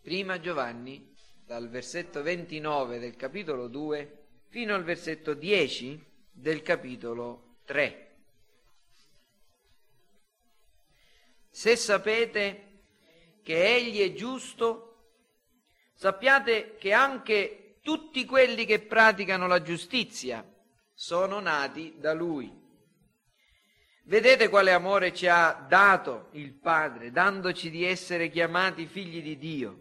Prima Giovanni, dal versetto 29 del capitolo 2 fino al versetto 10 del capitolo 3. Se sapete che Egli è giusto, sappiate che anche tutti quelli che praticano la giustizia sono nati da Lui. Vedete quale amore ci ha dato il Padre, dandoci di essere chiamati figli di Dio.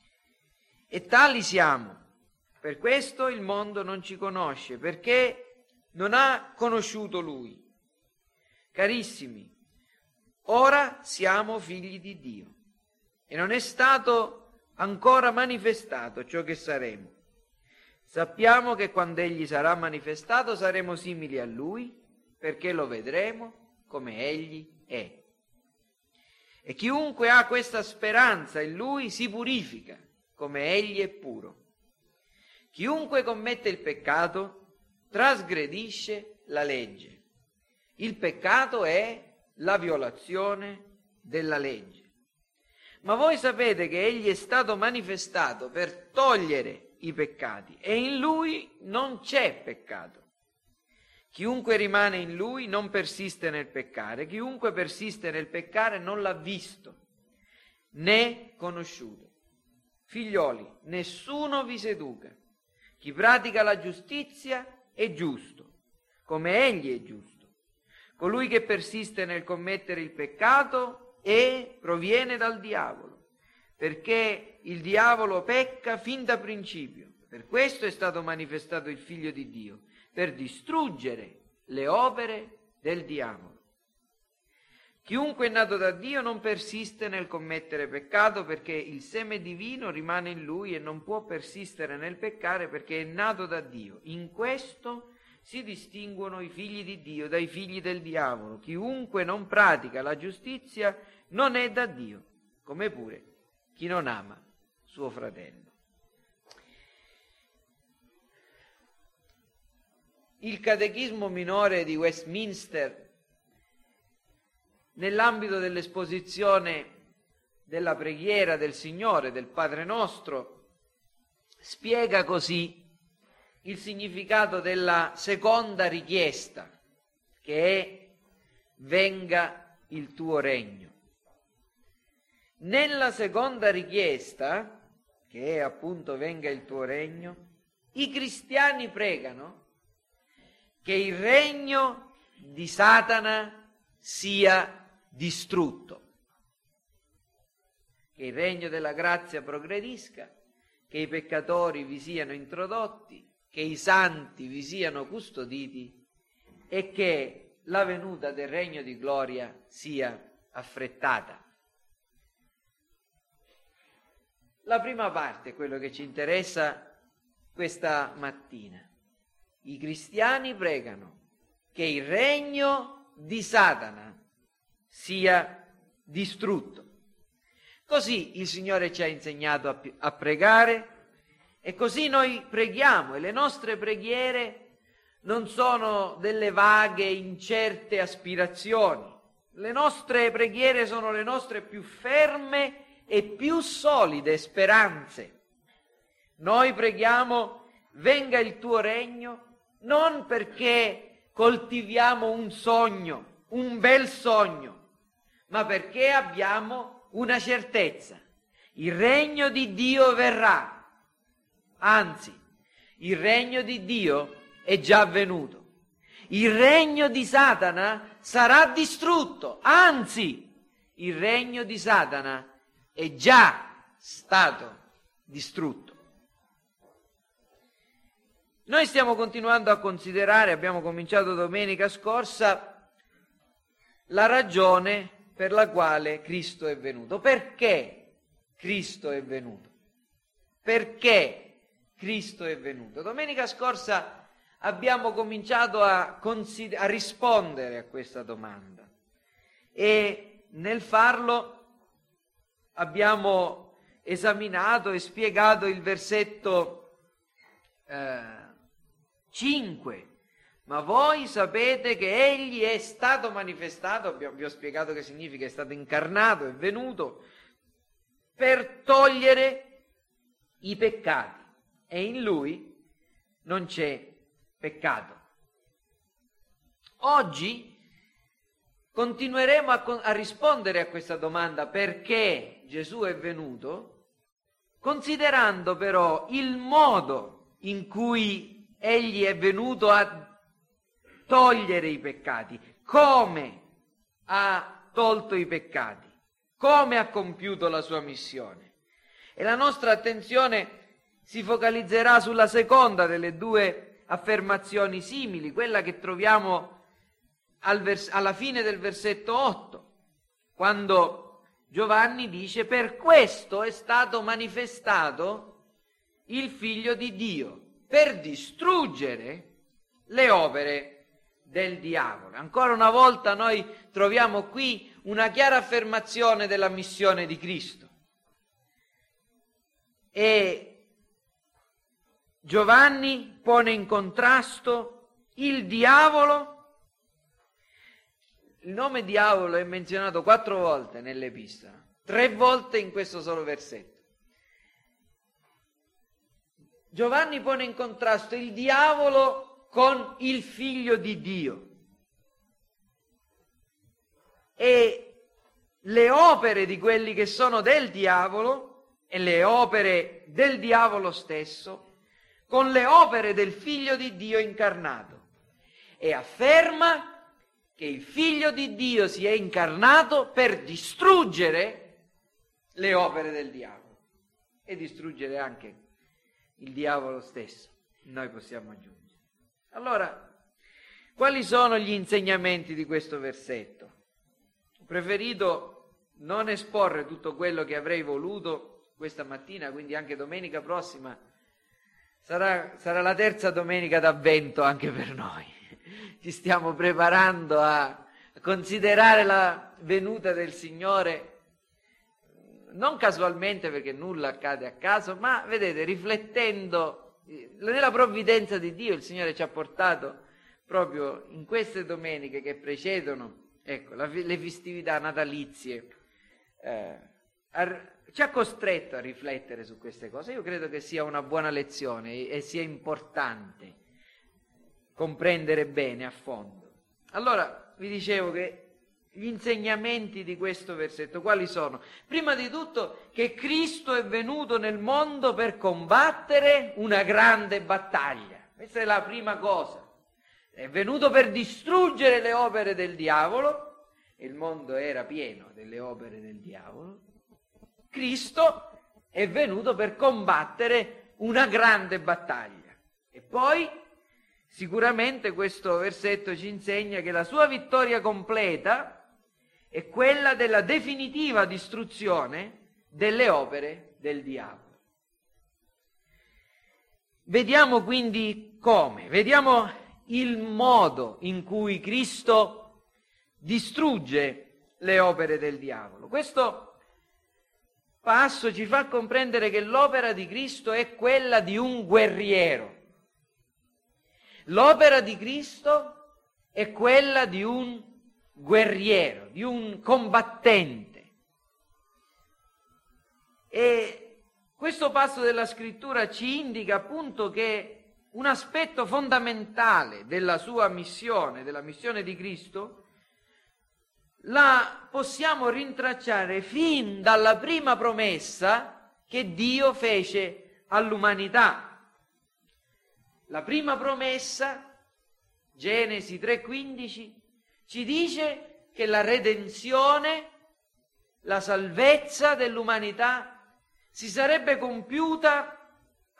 E tali siamo. Per questo il mondo non ci conosce, perché non ha conosciuto Lui. Carissimi, ora siamo figli di Dio e non è stato ancora manifestato ciò che saremo. Sappiamo che quando Egli sarà manifestato saremo simili a Lui, perché lo vedremo come Egli è. E chiunque ha questa speranza in Lui si purifica, come Egli è puro. Chiunque commette il peccato trasgredisce la legge. Il peccato è la violazione della legge. Ma voi sapete che Egli è stato manifestato per togliere i peccati e in Lui non c'è peccato. Chiunque rimane in Lui non persiste nel peccare, chiunque persiste nel peccare non l'ha visto né conosciuto. Figlioli, nessuno vi seduca. Chi pratica la giustizia è giusto, come Egli è giusto. Colui che persiste nel commettere il peccato proviene dal diavolo, perché il diavolo pecca fin da principio. Per questo è stato manifestato il Figlio di Dio, per distruggere le opere del diavolo. Chiunque è nato da Dio non persiste nel commettere peccato, perché il seme divino rimane in lui e non può persistere nel peccare perché è nato da Dio. In questo si distinguono i figli di Dio dai figli del diavolo. Chiunque non pratica la giustizia non è da Dio, come pure chi non ama suo fratello. Il Catechismo minore di Westminster, nell'ambito dell'esposizione della preghiera del Signore, del Padre nostro, spiega così il significato della seconda richiesta, che è: venga il tuo regno. Nella seconda richiesta, che è appunto venga il tuo regno, i cristiani pregano che il regno di Satana sia distrutto, che il regno della grazia progredisca, che i peccatori vi siano introdotti, che i santi vi siano custoditi e che la venuta del regno di gloria sia affrettata. La prima parte è quello che ci interessa questa mattina. I cristiani pregano che il regno di Satana sia distrutto. Così il Signore ci ha insegnato a pregare e così noi preghiamo, e le nostre preghiere non sono delle vaghe, incerte aspirazioni. Le nostre preghiere sono le nostre più ferme e più solide speranze. Noi preghiamo: venga il tuo regno, non perché coltiviamo un sogno, un bel sogno, ma perché abbiamo una certezza: il regno di Dio verrà. Anzi, il regno di Dio è già venuto. Il regno di Satana sarà distrutto. Anzi, il regno di Satana è già stato distrutto. Noi stiamo continuando a considerare, abbiamo cominciato domenica scorsa, la ragione per la quale Cristo è venuto. Perché Cristo è venuto? Perché Cristo è venuto? Domenica scorsa abbiamo cominciato a rispondere a questa domanda e nel farlo abbiamo esaminato e spiegato il versetto 5. Ma voi sapete che Egli è stato manifestato, vi ho spiegato che significa: è stato incarnato, è venuto per togliere i peccati e in Lui non c'è peccato. Oggi continueremo a rispondere a questa domanda, perché Gesù è venuto, considerando però il modo in cui Egli è venuto a togliere i peccati, come ha tolto i peccati, come ha compiuto la sua missione. E la nostra attenzione si focalizzerà sulla seconda delle due affermazioni simili, quella che troviamo alla fine del versetto 8, quando Giovanni dice: per questo è stato manifestato il Figlio di Dio, per distruggere le opere del diavolo. Ancora una volta noi troviamo qui una chiara affermazione della missione di Cristo. E Giovanni pone in contrasto il diavolo. Il nome diavolo è menzionato 4 volte nell'epistola, 3 volte in questo solo versetto. Giovanni pone in contrasto il diavolo con il Figlio di Dio. E le opere di quelli che sono del diavolo e le opere del diavolo stesso con le opere del Figlio di Dio incarnato. E afferma che il Figlio di Dio si è incarnato per distruggere le opere del diavolo e distruggere anche il diavolo stesso, noi possiamo aggiungere. Allora, quali sono gli insegnamenti di questo versetto? Ho preferito non esporre tutto quello che avrei voluto questa mattina, quindi anche domenica prossima sarà la terza domenica d'Avvento anche per noi. Ci stiamo preparando a considerare la venuta del Signore, non casualmente, perché nulla accade a caso, ma vedete, riflettendo nella provvidenza di Dio. Il Signore ci ha portato proprio in queste domeniche che precedono, ecco, le festività natalizie, ci ha costretto a riflettere su queste cose. Io credo che sia una buona lezione e sia importante comprendere bene a fondo. Allora, vi dicevo che gli insegnamenti di questo versetto quali sono? Prima di tutto che Cristo è venuto nel mondo per combattere una grande battaglia. Questa è la prima cosa. È venuto per distruggere le opere del diavolo. Il mondo era pieno delle opere del diavolo. Cristo è venuto per combattere una grande battaglia. E poi sicuramente questo versetto ci insegna che la sua vittoria completa è quella della definitiva distruzione delle opere del diavolo. Vediamo quindi come, vediamo il modo in cui Cristo distrugge le opere del diavolo. Questo passo ci fa comprendere che l'opera di Cristo è quella di un guerriero. L'opera di Cristo è quella di un guerriero, di un combattente. E questo passo della Scrittura ci indica appunto che un aspetto fondamentale della sua missione, della missione di Cristo, la possiamo rintracciare fin dalla prima promessa che Dio fece all'umanità. La prima promessa, Genesi 3,15, ci dice che la redenzione, la salvezza dell'umanità si sarebbe compiuta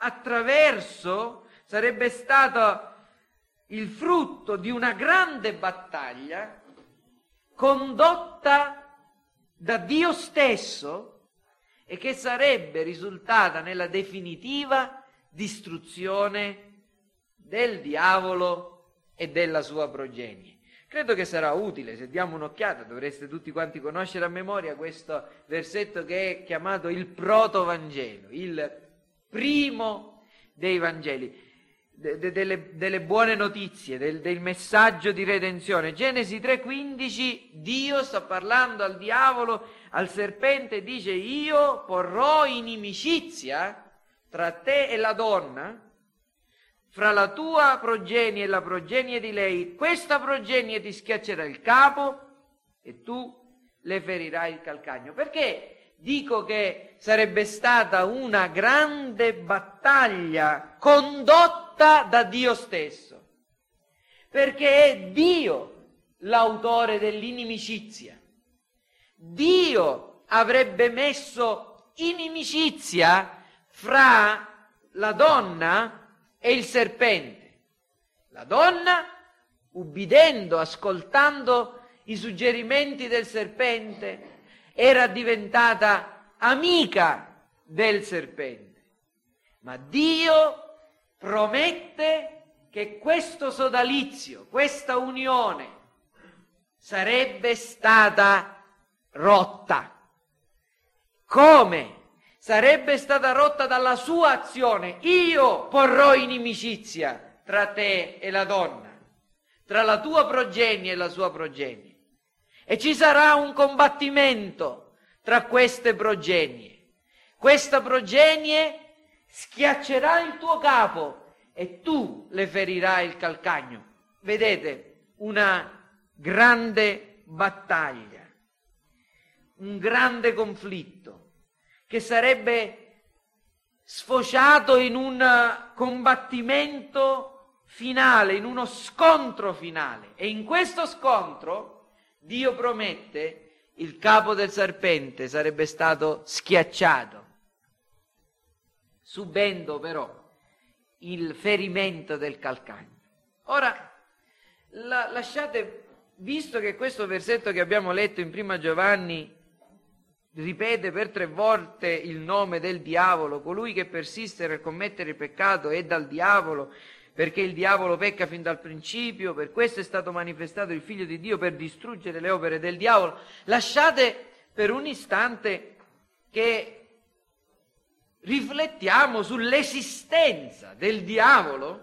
sarebbe stato il frutto di una grande battaglia condotta da Dio stesso e che sarebbe risultata nella definitiva distruzione del diavolo e della sua progenie. Credo che sarà utile, se diamo un'occhiata, dovreste tutti quanti conoscere a memoria questo versetto che è chiamato il protovangelo, il primo dei Vangeli, delle buone notizie, del messaggio di redenzione. Genesi 3,15, Dio sta parlando al diavolo, al serpente, dice: io porrò inimicizia tra te e la donna, fra la tua progenie e la progenie di lei, questa progenie ti schiaccerà il capo e tu le ferirai il calcagno. Perché dico che sarebbe stata una grande battaglia condotta da Dio stesso? Perché è Dio l'autore dell'inimicizia. Dio avrebbe messo inimicizia fra la donna e il serpente. La donna, ubbidendo, ascoltando i suggerimenti del serpente, era diventata amica del serpente. Ma Dio promette che questo sodalizio, questa unione, sarebbe stata rotta. Come? Sarebbe stata rotta dalla sua azione. Io porrò inimicizia tra te e la donna, tra la tua progenie e la sua progenie. E ci sarà un combattimento tra queste progenie. Questa progenie schiaccerà il tuo capo e tu le ferirai il calcagno. Vedete, una grande battaglia, un grande conflitto che sarebbe sfociato in un combattimento finale, in uno scontro finale. E in questo scontro Dio promette il capo del serpente sarebbe stato schiacciato, subendo però il ferimento del calcagno. Ora, lasciate, visto che questo versetto che abbiamo letto in Prima Giovanni ripete per 3 volte il nome del diavolo, colui che persiste nel commettere il peccato è dal diavolo, perché il diavolo pecca fin dal principio, per questo è stato manifestato il Figlio di Dio per distruggere le opere del diavolo. Lasciate per un istante che riflettiamo sull'esistenza del diavolo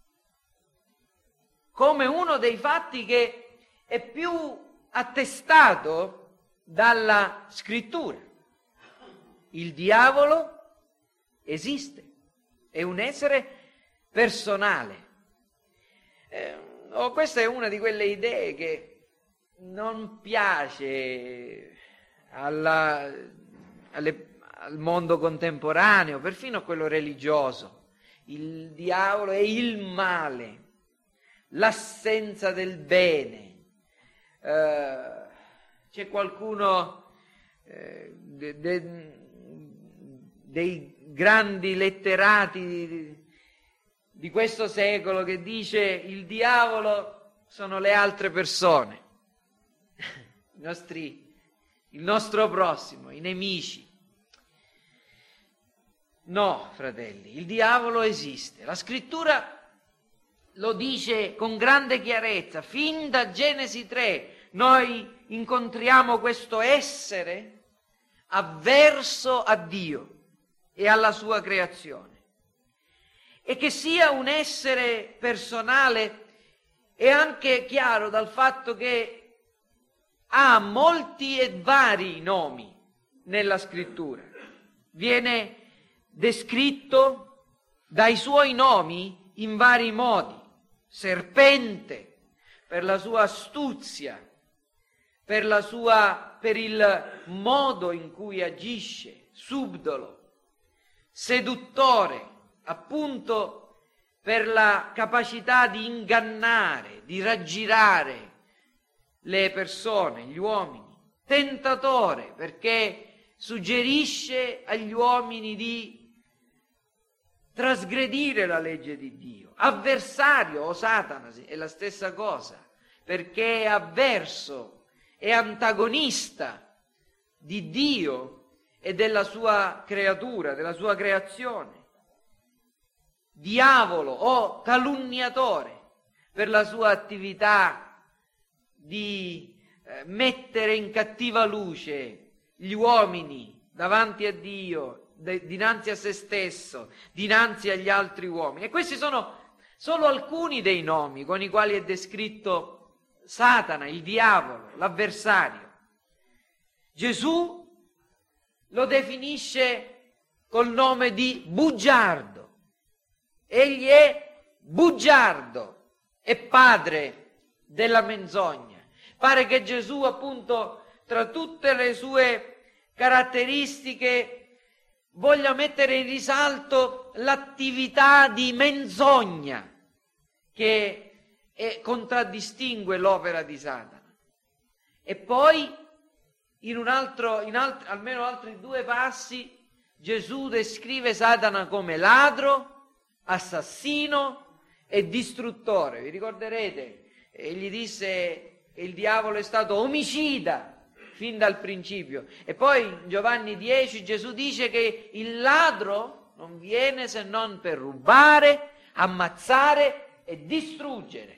come uno dei fatti che è più attestato dalla scrittura. Il diavolo esiste, è un essere personale. Questa è una di quelle idee che non piace al mondo contemporaneo, perfino a quello religioso. Il diavolo è il male, l'assenza del bene. C'è qualcuno dei grandi letterati di questo secolo che dice il diavolo sono le altre persone, il nostro prossimo, i nemici. No, fratelli, il diavolo esiste. La scrittura lo dice con grande chiarezza, fin da Genesi 3. Noi incontriamo questo essere avverso a Dio e alla sua creazione. E che sia un essere personale è anche chiaro dal fatto che ha molti e vari nomi nella scrittura. Viene descritto dai suoi nomi in vari modi. Serpente, per la sua astuzia, per il modo in cui agisce, subdolo, seduttore, appunto per la capacità di ingannare, di raggirare le persone, gli uomini, tentatore, perché suggerisce agli uomini di trasgredire la legge di Dio, avversario, o Satana è la stessa cosa, perché è avverso, è antagonista di Dio e della sua creatura, della sua creazione. Diavolo o calunniatore per la sua attività di mettere in cattiva luce gli uomini davanti a Dio, dinanzi a se stesso, dinanzi agli altri uomini. E questi sono solo alcuni dei nomi con i quali è descritto Satana, il diavolo, l'avversario. Gesù lo definisce col nome di bugiardo. Egli è bugiardo, è padre della menzogna. Pare che Gesù, appunto, tra tutte le sue caratteristiche, voglia mettere in risalto l'attività di menzogna che contraddistingue l'opera di Satana. E poi, almeno altri 2 passi, Gesù descrive Satana come ladro, assassino e distruttore. Vi ricorderete? Egli disse che il diavolo è stato omicida fin dal principio. E poi in Giovanni 10 Gesù dice che il ladro non viene se non per rubare, ammazzare e distruggere.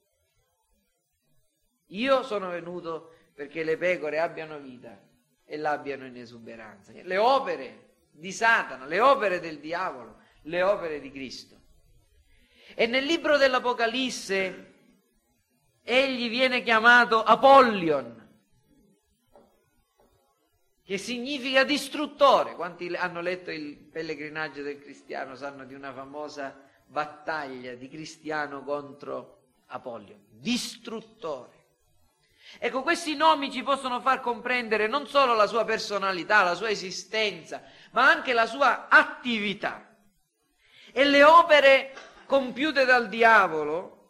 Io sono venuto perché le pecore abbiano vita e l'abbiano in esuberanza. Le opere di Satana, le opere del diavolo, le opere di Cristo. E nel libro dell'Apocalisse egli viene chiamato Apollion, che significa distruttore. Quanti hanno letto il Pellegrinaggio del Cristiano sanno di una famosa battaglia di Cristiano contro Apollion, distruttore. Ecco, questi nomi ci possono far comprendere non solo la sua personalità, la sua esistenza, ma anche la sua attività. E le opere compiute dal diavolo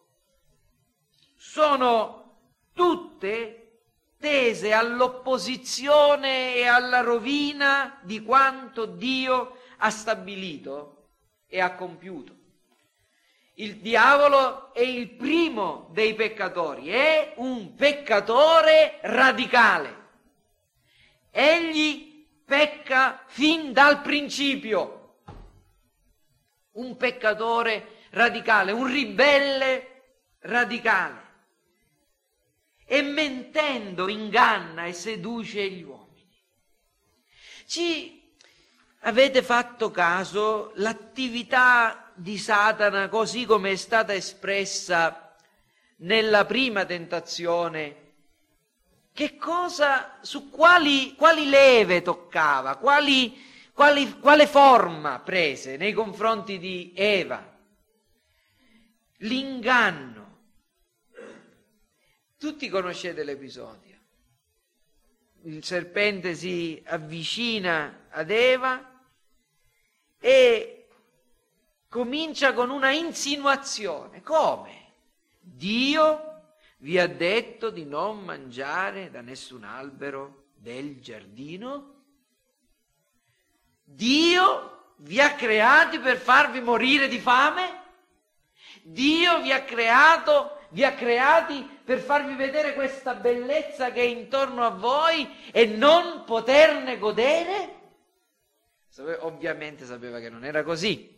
sono tutte tese all'opposizione e alla rovina di quanto Dio ha stabilito e ha compiuto. Il diavolo è il primo dei peccatori, è un peccatore radicale. Egli pecca fin dal principio. Un peccatore radicale, un ribelle radicale. E mentendo inganna e seduce gli uomini. Ci avete fatto caso l'attività di Satana così come è stata espressa nella prima tentazione? Che cosa, su quali leve toccava, quale forma prese nei confronti di Eva? L'inganno. Tutti conoscete l'episodio. Il serpente si avvicina ad Eva e comincia con una insinuazione. Come? Dio vi ha detto di non mangiare da nessun albero del giardino? Dio vi ha creati per farvi morire di fame? Dio vi ha creati per farvi vedere questa bellezza che è intorno a voi e non poterne godere? Ovviamente sapeva che non era così.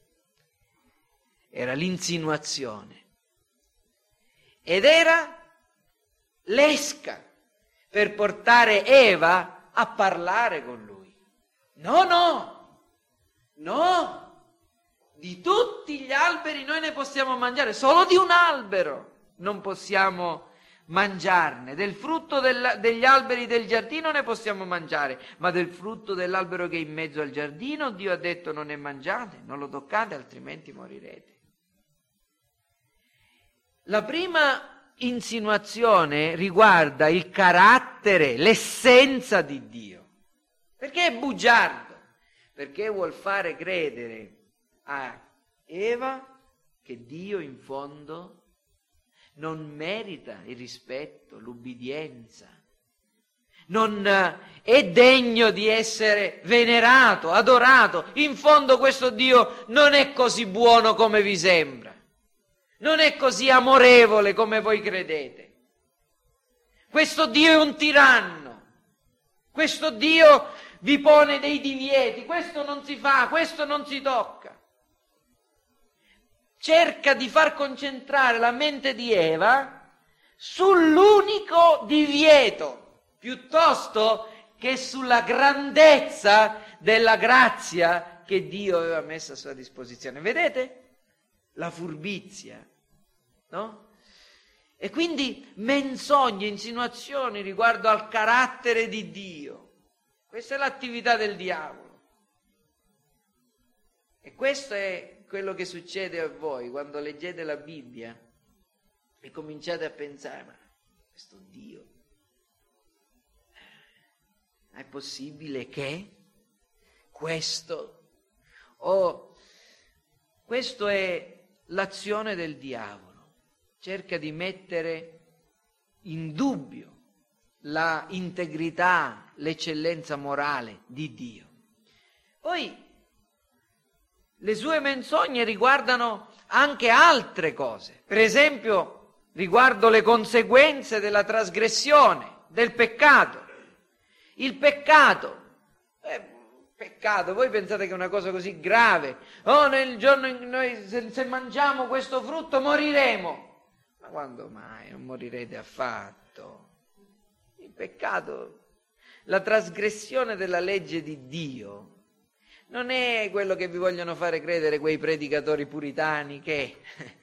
Era l'insinuazione. Ed era l'esca per portare Eva a parlare con lui. No! Di tutti gli alberi noi ne possiamo mangiare, solo di un albero non possiamo mangiarne. Del frutto degli alberi del giardino ne possiamo mangiare, ma del frutto dell'albero che è in mezzo al giardino Dio ha detto non ne mangiate, non lo toccate, altrimenti morirete. La prima insinuazione riguarda il carattere, l'essenza di Dio. Perché è bugiardo? Perché vuol fare credere a Eva che Dio in fondo non merita il rispetto, l'ubbidienza, non è degno di essere venerato, adorato. In fondo questo Dio non è così buono come vi sembra, non è così amorevole come voi credete. Questo Dio è un tiranno, questo Dio vi pone dei divieti, questo non si fa, questo non si tocca. Cerca di far concentrare la mente di Eva sull'unico divieto, piuttosto che sulla grandezza della grazia che Dio aveva messo a sua disposizione. Vedete? La furbizia, no? E quindi menzogne, insinuazioni riguardo al carattere di Dio. Questa è l'attività del diavolo. E questo è quello che succede a voi quando leggete la Bibbia e cominciate a pensare: ma questo Dio, è possibile che questo? Questo è l'azione del diavolo. Cerca di mettere in dubbio la integrità, l'eccellenza morale di Dio. Poi le sue menzogne riguardano anche altre cose, per esempio riguardo le conseguenze della trasgressione, del peccato. Il peccato, voi pensate che è una cosa così grave? Nel giorno in cui noi se mangiamo questo frutto moriremo. Ma quando mai? Non morirete affatto. Il peccato, la trasgressione della legge di Dio, non è quello che vi vogliono fare credere quei predicatori puritani, che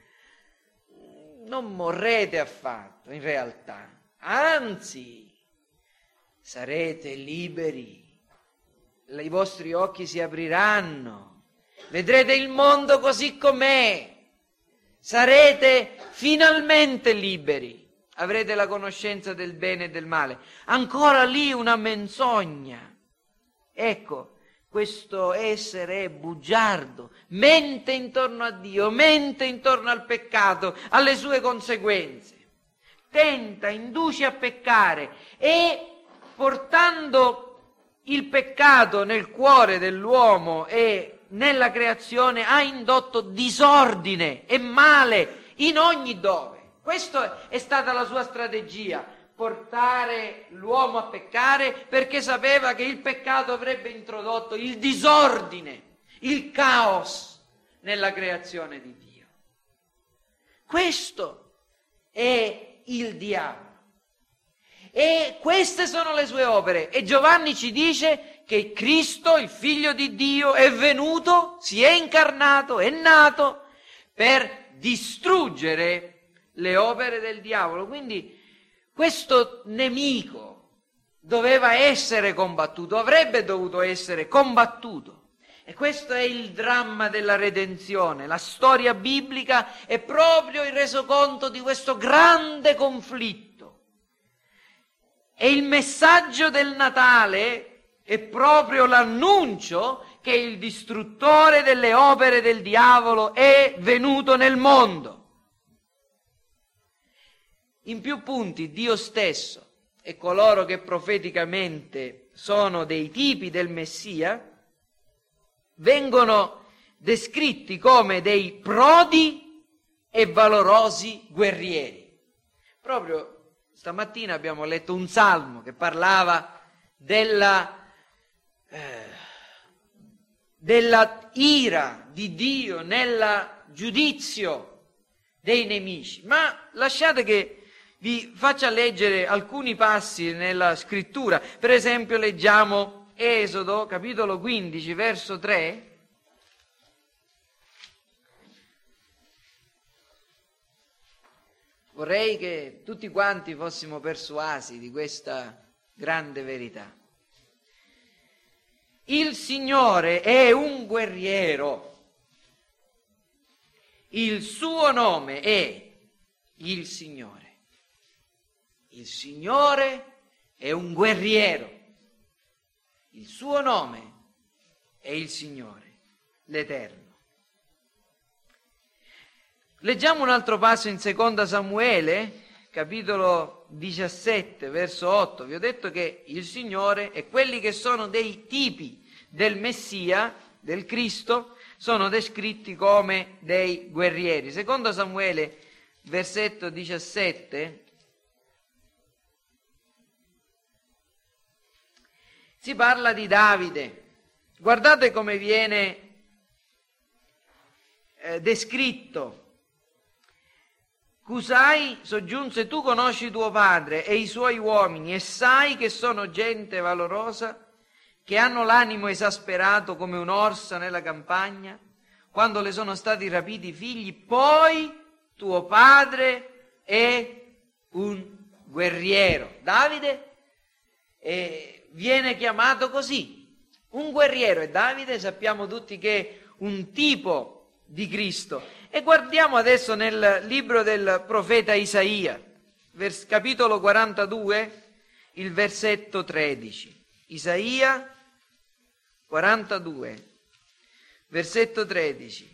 non morrete affatto, in realtà. Anzi, sarete liberi. I vostri occhi si apriranno. Vedrete il mondo così com'è. Sarete finalmente liberi. Avrete la conoscenza del bene e del male. Ancora lì una menzogna. Ecco, questo essere è bugiardo, mente intorno a Dio, mente intorno al peccato, alle sue conseguenze. Tenta, induce a peccare e portando il peccato nel cuore dell'uomo e nella creazione ha indotto disordine e male in ogni dove. Questa è stata la sua strategia, portare l'uomo a peccare, perché sapeva che il peccato avrebbe introdotto il disordine, il caos nella creazione di Dio. Questo è il diavolo. E queste sono le sue opere. E Giovanni ci dice che Cristo, il Figlio di Dio, è venuto, si è incarnato, è nato per distruggere le opere del diavolo. Quindi questo nemico doveva essere combattuto, avrebbe dovuto essere combattuto. E questo è il dramma della redenzione. La storia biblica è proprio il resoconto di questo grande conflitto. E il messaggio del Natale è proprio l'annuncio che il distruttore delle opere del diavolo è venuto nel mondo. In più punti Dio stesso e coloro che profeticamente sono dei tipi del Messia vengono descritti come dei prodi e valorosi guerrieri. Proprio stamattina abbiamo letto un salmo che parlava della ira di Dio nel giudizio dei nemici. Ma lasciate che vi faccia leggere alcuni passi nella scrittura. Per esempio leggiamo Esodo, capitolo 15, verso 3. Vorrei che tutti quanti fossimo persuasi di questa grande verità. Il Signore è un guerriero. Il suo nome è il Signore. Il Signore è un guerriero. Il suo nome è il Signore, l'Eterno. Leggiamo un altro passo in Seconda Samuele, capitolo 17, verso 8. Vi ho detto che il Signore e quelli che sono dei tipi del Messia, del Cristo, sono descritti come dei guerrieri. Seconda Samuele, versetto 17, si parla di Davide. Guardate come viene descritto. Cusai soggiunse: tu conosci tuo padre e i suoi uomini e sai che sono gente valorosa, che hanno l'animo esasperato come un'orsa nella campagna, quando le sono stati rapiti i figli. Poi tuo padre è un guerriero. Davide viene chiamato così, un guerriero. E Davide sappiamo tutti che è un tipo di Cristo. E guardiamo adesso nel libro del profeta Isaia, capitolo 42, il versetto 13. Isaia 42, versetto 13.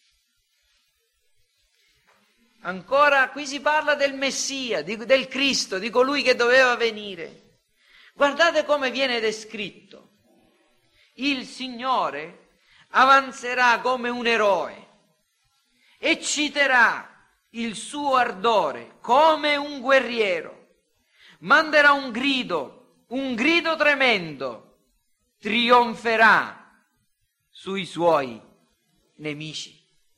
Ancora qui si parla del Messia, del Cristo, di colui che doveva venire. Guardate come viene descritto. Il Signore avanzerà come un eroe, ecciterà il suo ardore come un guerriero, manderà un grido tremendo, trionferà sui suoi nemici.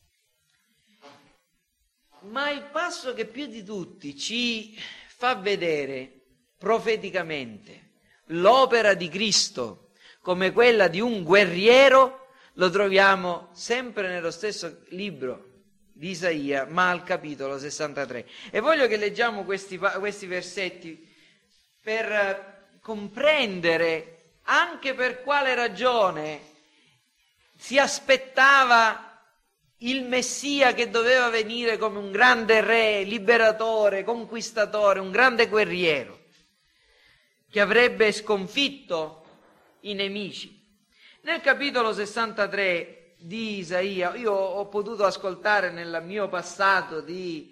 Ma il passo che più di tutti ci fa vedere profeticamente l'opera di Cristo come quella di un guerriero lo troviamo sempre nello stesso libro di Isaia, ma al capitolo 63. E voglio che leggiamo questi versetti per comprendere anche per quale ragione si aspettava il Messia che doveva venire come un grande re, liberatore, conquistatore, un grande guerriero, che avrebbe sconfitto i nemici. Nel capitolo 63 di Isaia, io ho potuto ascoltare nel mio passato di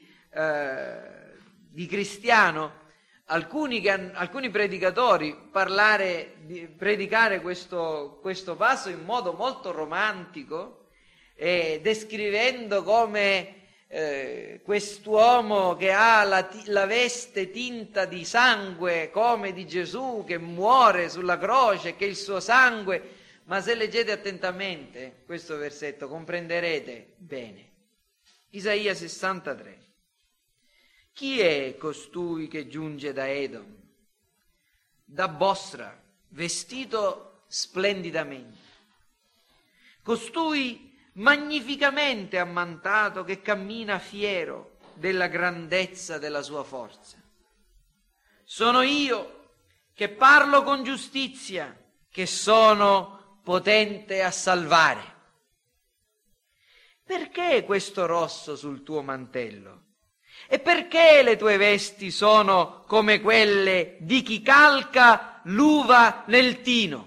cristiano alcuni predicatori predicare questo passo in modo molto romantico, descrivendo come quest'uomo che ha la veste tinta di sangue come di Gesù, che muore sulla croce, che il suo sangue. Ma se leggete attentamente questo versetto comprenderete bene. Isaia 63. Chi è costui che giunge da Edom, da Bosra, vestito splendidamente? Costui magnificamente ammantato, che cammina fiero della grandezza della sua forza. Sono io che parlo con giustizia, che sono potente a salvare. Perché questo rosso sul tuo mantello? E perché le tue vesti sono come quelle di chi calca l'uva nel tino?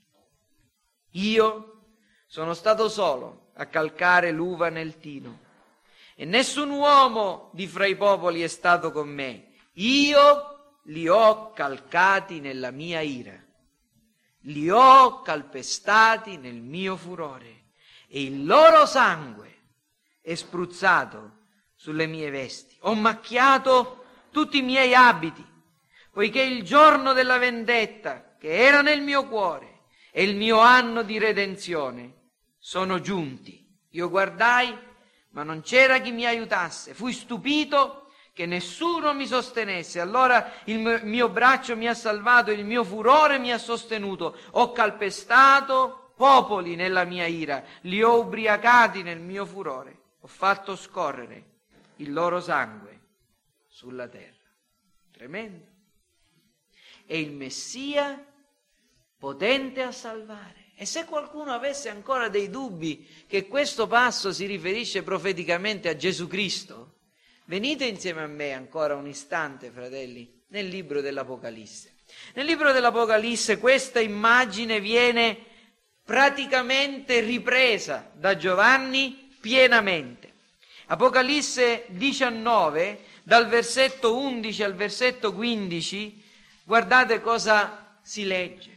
Io sono stato solo a calcare l'uva nel tino, e nessun uomo di fra i popoli è stato con me. Io li ho calcati nella mia ira, li ho calpestati nel mio furore, e il loro sangue è spruzzato sulle mie vesti. Ho macchiato tutti i miei abiti, poiché il giorno della vendetta che era nel mio cuore e il mio anno di redenzione sono giunti. Io guardai, ma non c'era chi mi aiutasse. Fui stupito che nessuno mi sostenesse. Allora il mio braccio mi ha salvato, il mio furore mi ha sostenuto. Ho calpestato popoli nella mia ira, li ho ubriacati nel mio furore. Ho fatto scorrere il loro sangue sulla terra. Tremendo. E il Messia potente a salvare. E se qualcuno avesse ancora dei dubbi che questo passo si riferisce profeticamente a Gesù Cristo, venite insieme a me ancora un istante, fratelli, nel libro dell'Apocalisse. Nel libro dell'Apocalisse questa immagine viene praticamente ripresa da Giovanni pienamente. Apocalisse 19, dal versetto 11 al versetto 15, guardate cosa si legge.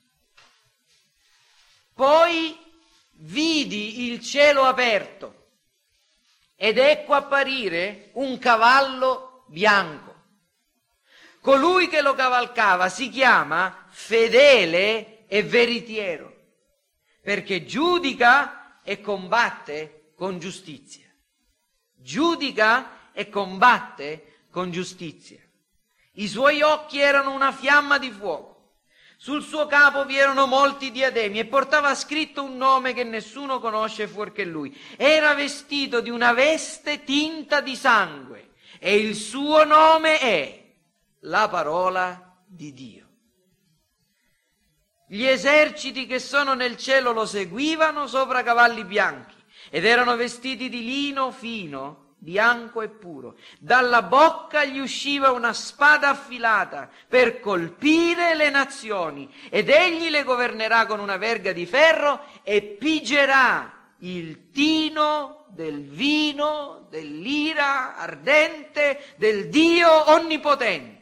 Poi vidi il cielo aperto ed ecco apparire un cavallo bianco. Colui che lo cavalcava si chiama Fedele e Veritiero, perché giudica e combatte con giustizia. Giudica e combatte con giustizia. I suoi occhi erano una fiamma di fuoco. Sul suo capo vi erano molti diademi e portava scritto un nome che nessuno conosce fuorché lui. Era vestito di una veste tinta di sangue e il suo nome è la parola di Dio. Gli eserciti che sono nel cielo lo seguivano sopra cavalli bianchi ed erano vestiti di lino fino, bianco e puro. Dalla bocca gli usciva una spada affilata per colpire le nazioni ed egli le governerà con una verga di ferro e pigerà il tino del vino, dell'ira ardente del Dio onnipotente.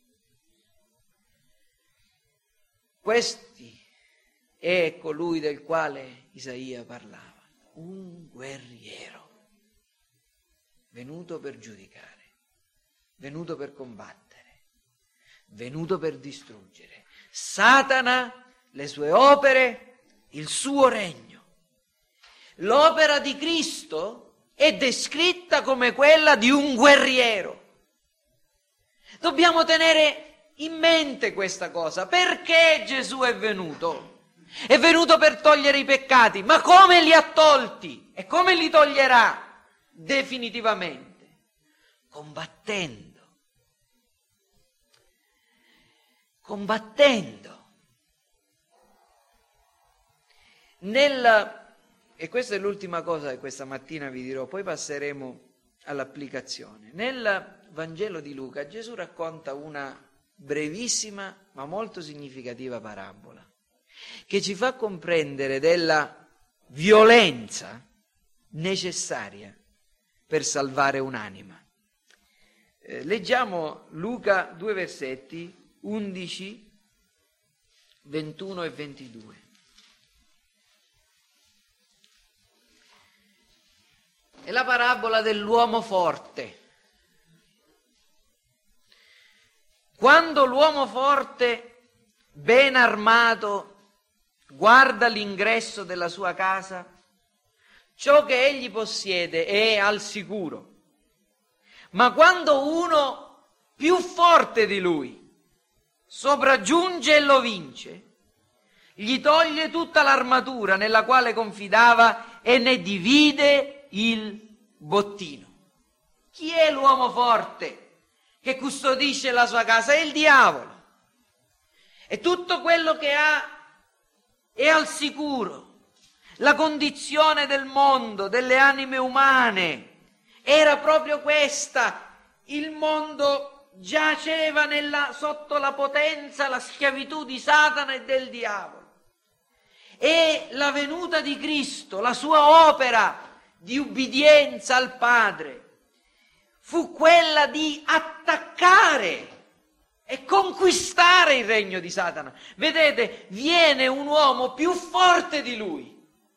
Questi è colui del quale Isaia parlava, un guerriero, venuto per giudicare, venuto per combattere, venuto per distruggere Satana, le sue opere, il suo regno. L'opera di Cristo è descritta come quella di un guerriero. Dobbiamo tenere in mente questa cosa. Perché Gesù è venuto? È venuto per togliere i peccati, ma come li ha tolti? E come li toglierà definitivamente? Combattendo. E questa è l'ultima cosa che questa mattina vi dirò, poi passeremo all'applicazione. Nel Vangelo di Luca Gesù racconta una brevissima ma molto significativa parabola che ci fa comprendere della violenza necessaria per salvare un'anima. Leggiamo Luca 2 versetti 11, 21 e 22. È la parabola dell'uomo forte. Quando l'uomo forte, ben armato, guarda l'ingresso della sua casa, ciò che egli possiede è al sicuro. Ma quando uno più forte di lui sopraggiunge e lo vince, gli toglie tutta l'armatura nella quale confidava e ne divide il bottino. Chi è l'uomo forte che custodisce la sua casa? È il diavolo. E tutto quello che ha è al sicuro. La condizione del mondo, delle anime umane, era proprio questa. Il mondo giaceva sotto la potenza, la schiavitù di Satana e del diavolo. E la venuta di Cristo, la sua opera di ubbidienza al Padre, fu quella di attaccare e conquistare il regno di Satana. Vedete, viene un uomo più forte di lui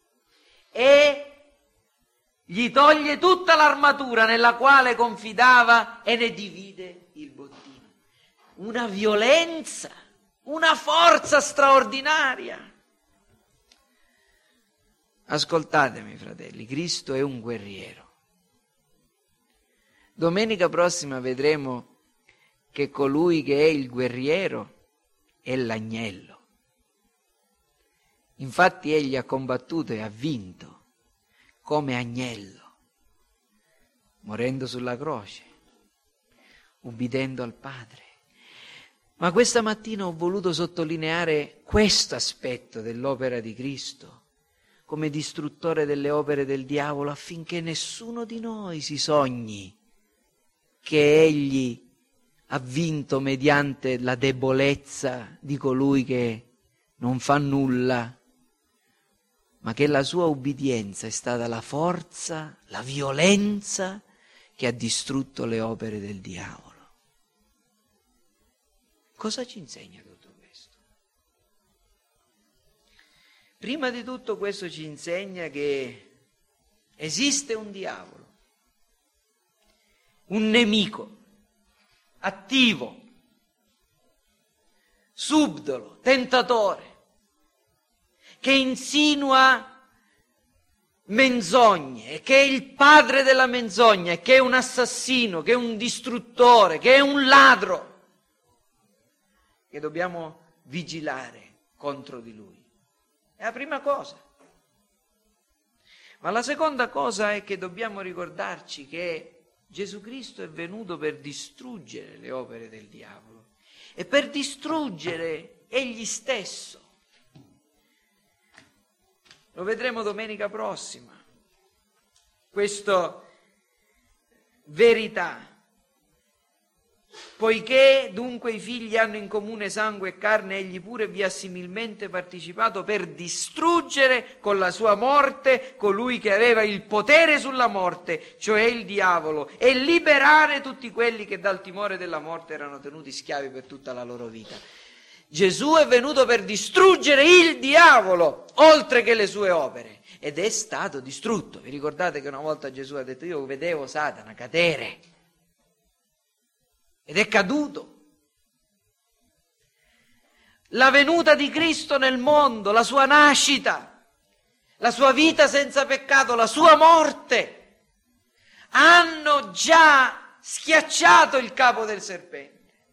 e gli toglie tutta l'armatura nella quale confidava e ne divide il bottino. Una violenza, una forza straordinaria. Ascoltatemi, fratelli, Cristo è un guerriero. Domenica prossima vedremo che colui che è il guerriero è l'agnello. Infatti egli ha combattuto e ha vinto come agnello, morendo sulla croce, ubbidendo al Padre. Ma questa mattina ho voluto sottolineare questo aspetto dell'opera di Cristo come distruttore delle opere del diavolo, affinché nessuno di noi si sogni che egli ha vinto mediante la debolezza di colui che non fa nulla, ma che la sua ubbidienza è stata la forza, la violenza che ha distrutto le opere del diavolo. Cosa ci insegna tutto questo? Prima di tutto questo ci insegna che esiste un diavolo, un nemico attivo, subdolo, tentatore, che insinua menzogne, che è il padre della menzogna, che è un assassino, che è un distruttore, che è un ladro, che dobbiamo vigilare contro di lui. È la prima cosa. Ma la seconda cosa è che dobbiamo ricordarci che Gesù Cristo è venuto per distruggere le opere del diavolo e per distruggere egli stesso. Lo vedremo domenica prossima. Questa verità. Poiché dunque i figli hanno in comune sangue e carne, egli pure vi ha similmente partecipato per distruggere con la sua morte colui che aveva il potere sulla morte, cioè il diavolo, e liberare tutti quelli che dal timore della morte erano tenuti schiavi per tutta la loro vita. Gesù è venuto per distruggere il diavolo, oltre che le sue opere, ed è stato distrutto. Vi ricordate che una volta Gesù ha detto: io vedevo Satana cadere, ed è caduto. La venuta di Cristo nel mondo, la sua nascita, la sua vita senza peccato, la sua morte, hanno già schiacciato il capo del serpente.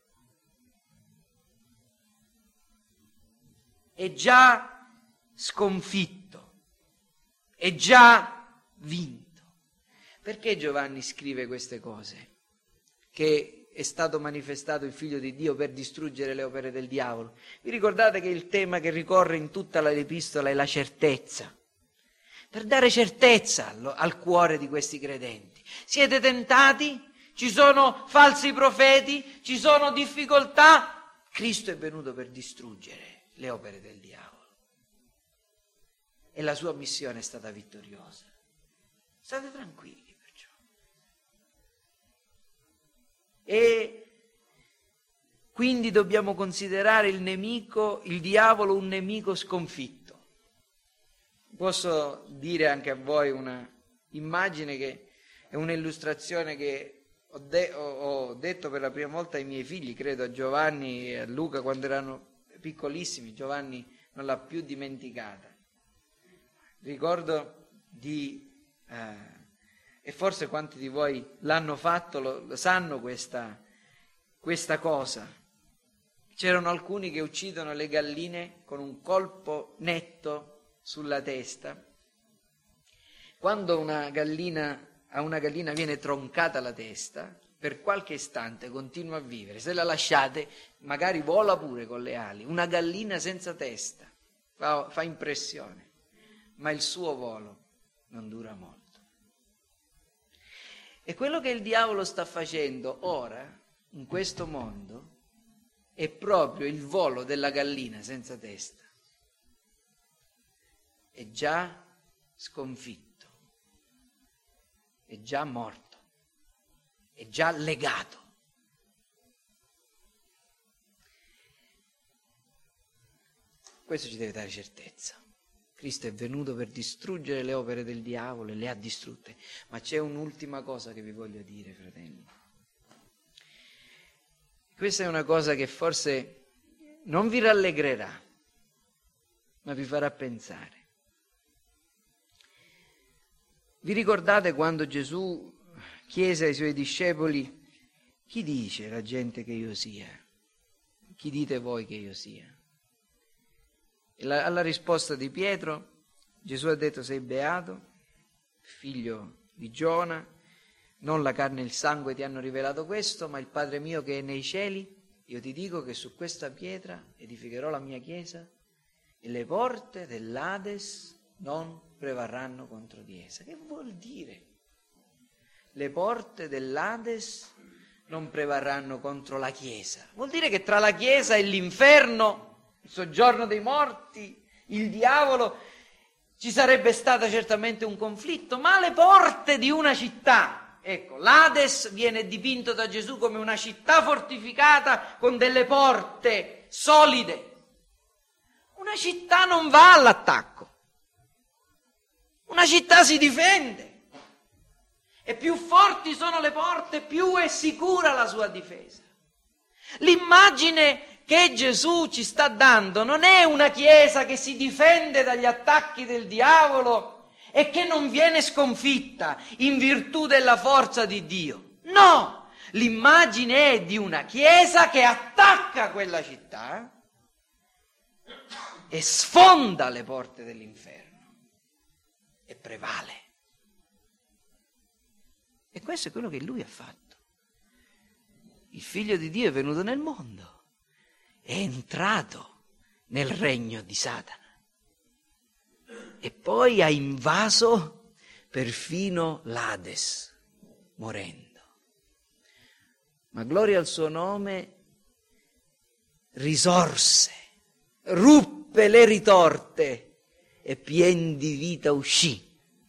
È già sconfitto, è già vinto. Perché Giovanni scrive queste cose? Che è stato manifestato il Figlio di Dio per distruggere le opere del diavolo. Vi ricordate che il tema che ricorre in tutta l'epistola è la certezza. Per dare certezza al cuore di questi credenti. Siete tentati? Ci sono falsi profeti? Ci sono difficoltà? Cristo è venuto per distruggere le opere del diavolo. E la sua missione è stata vittoriosa. State tranquilli. E quindi dobbiamo considerare il nemico, il diavolo, un nemico sconfitto. Posso dire anche a voi una immagine che è un'illustrazione che ho detto per la prima volta ai miei figli, credo a Giovanni e a Luca quando erano piccolissimi. Giovanni non l'ha più dimenticata. Ricordo e forse quanti di voi l'hanno fatto, lo sanno questa cosa. C'erano alcuni che uccidono le galline con un colpo netto sulla testa. Quando a una gallina viene troncata la testa, per qualche istante continua a vivere. Se la lasciate, magari vola pure con le ali. Una gallina senza testa fa impressione, ma il suo volo non dura molto. E quello che il diavolo sta facendo ora, in questo mondo, è proprio il volo della gallina senza testa. È già sconfitto, è già morto, è già legato. Questo ci deve dare certezza. Cristo è venuto per distruggere le opere del diavolo e le ha distrutte. Ma c'è un'ultima cosa che vi voglio dire, fratelli. Questa è una cosa che forse non vi rallegrerà, ma vi farà pensare. Vi ricordate quando Gesù chiese ai suoi discepoli: chi dice la gente che io sia? Chi dite voi che io sia? Alla risposta di Pietro, Gesù ha detto: sei beato, figlio di Giona, non la carne e il sangue ti hanno rivelato questo, ma il Padre mio che è nei cieli. Io ti dico che su questa pietra edificherò la mia chiesa e le porte dell'Ades non prevarranno contro di essa. Che vuol dire? Le porte dell'Ades non prevarranno contro la chiesa. Vuol dire che tra la chiesa e l'inferno, il soggiorno dei morti, il diavolo, ci sarebbe stato certamente un conflitto, ma le porte di una città, ecco, l'Ades viene dipinto da Gesù come una città fortificata con delle porte solide. Una città non va all'attacco, una città si difende, e più forti sono le porte, più è sicura la sua difesa. L'immagine che Gesù ci sta dando non è una chiesa che si difende dagli attacchi del diavolo e che non viene sconfitta in virtù della forza di Dio. No, l'immagine è di una chiesa che attacca quella città e sfonda le porte dell'inferno e prevale. E questo è quello che lui ha fatto. Il Figlio di Dio è venuto nel mondo. È entrato nel regno di Satana e poi ha invaso perfino l'Ades, morendo. Ma gloria al suo nome, risorse, ruppe le ritorte e pien di vita uscì.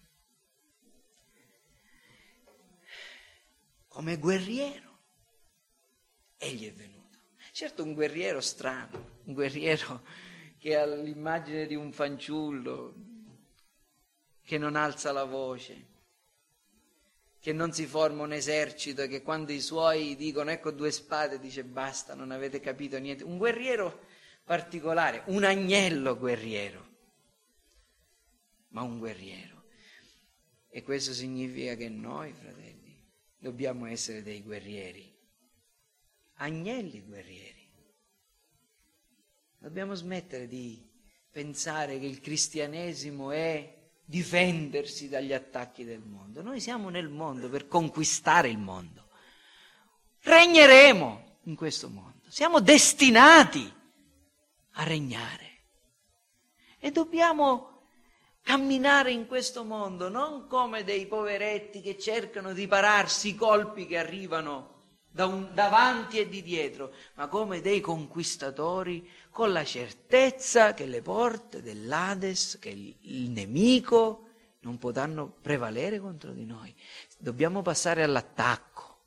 Come guerriero, egli è venuto. Certo, un guerriero strano, un guerriero che ha l'immagine di un fanciullo, che non alza la voce, che non si forma un esercito e che quando i suoi dicono ecco 2 spade dice basta, non avete capito niente. Un guerriero particolare, un agnello guerriero, ma un guerriero. E questo significa che noi, fratelli, dobbiamo essere dei guerrieri, agnelli guerrieri. Dobbiamo smettere di pensare che il cristianesimo è difendersi dagli attacchi del mondo. Noi siamo nel mondo per conquistare il mondo. Regneremo in questo mondo. Siamo destinati a regnare. E dobbiamo camminare in questo mondo non come dei poveretti che cercano di pararsi i colpi che arrivano davanti e di dietro, ma come dei conquistatori con la certezza che le porte dell'Ades, che il nemico non potranno prevalere contro di noi. Dobbiamo passare all'attacco.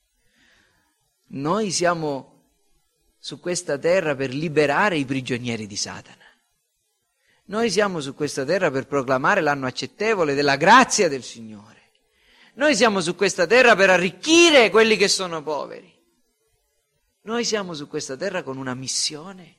Noi siamo su questa terra per liberare i prigionieri di Satana. Noi siamo su questa terra per proclamare l'anno accettevole della grazia del Signore. Noi siamo su questa terra per arricchire quelli che sono poveri. Noi siamo su questa terra con una missione.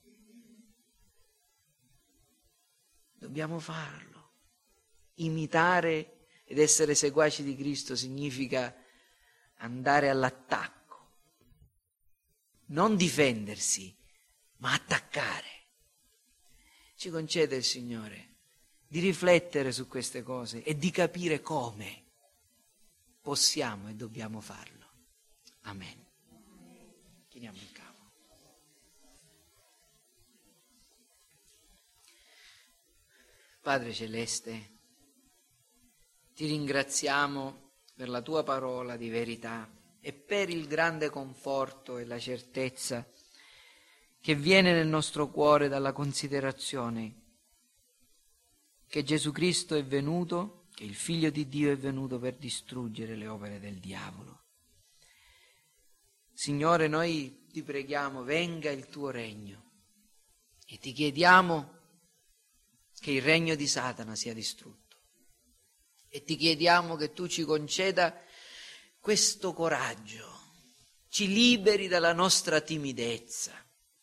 Dobbiamo farlo. Imitare ed essere seguaci di Cristo significa andare all'attacco. Non difendersi, ma attaccare. Ci concede il Signore di riflettere su queste cose e di capire come possiamo e dobbiamo farlo. Amen. Chiniamo il capo. Padre Celeste, ti ringraziamo per la tua parola di verità e per il grande conforto e la certezza che viene nel nostro cuore dalla considerazione che Gesù Cristo è venuto, che il Figlio di Dio è venuto per distruggere le opere del diavolo. Signore, noi ti preghiamo, venga il tuo regno e ti chiediamo che il regno di Satana sia distrutto e ti chiediamo che tu ci conceda questo coraggio, ci liberi dalla nostra timidezza,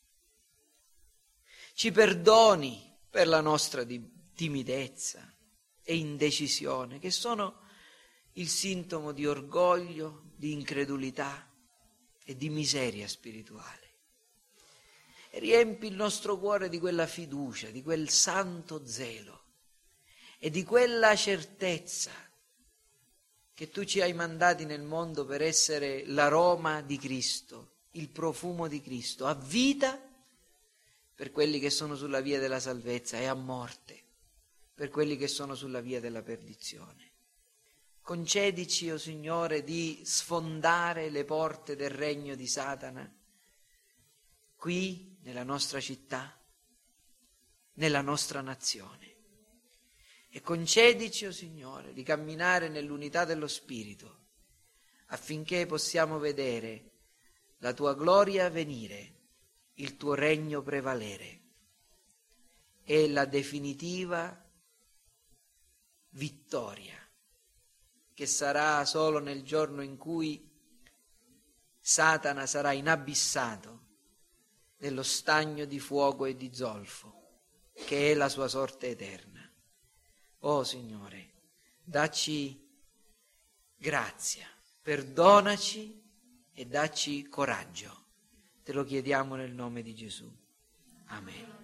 ci perdoni per la nostra timidezza e indecisione, che sono il sintomo di orgoglio, di incredulità e di miseria spirituale. E riempi il nostro cuore di quella fiducia, di quel santo zelo e di quella certezza che tu ci hai mandati nel mondo per essere l'aroma di Cristo, il profumo di Cristo, a vita per quelli che sono sulla via della salvezza e a morte per quelli che sono sulla via della perdizione. Concedici, o Signore, di sfondare le porte del regno di Satana qui nella nostra città, nella nostra nazione. E concedici, o Signore, di camminare nell'unità dello Spirito affinché possiamo vedere la tua gloria venire, il tuo regno prevalere e la definitiva vittoria che sarà solo nel giorno in cui Satana sarà inabissato nello stagno di fuoco e di zolfo, che è la sua sorte eterna. Oh Signore, dacci grazia, perdonaci e dacci coraggio. Te lo chiediamo nel nome di Gesù. Amen.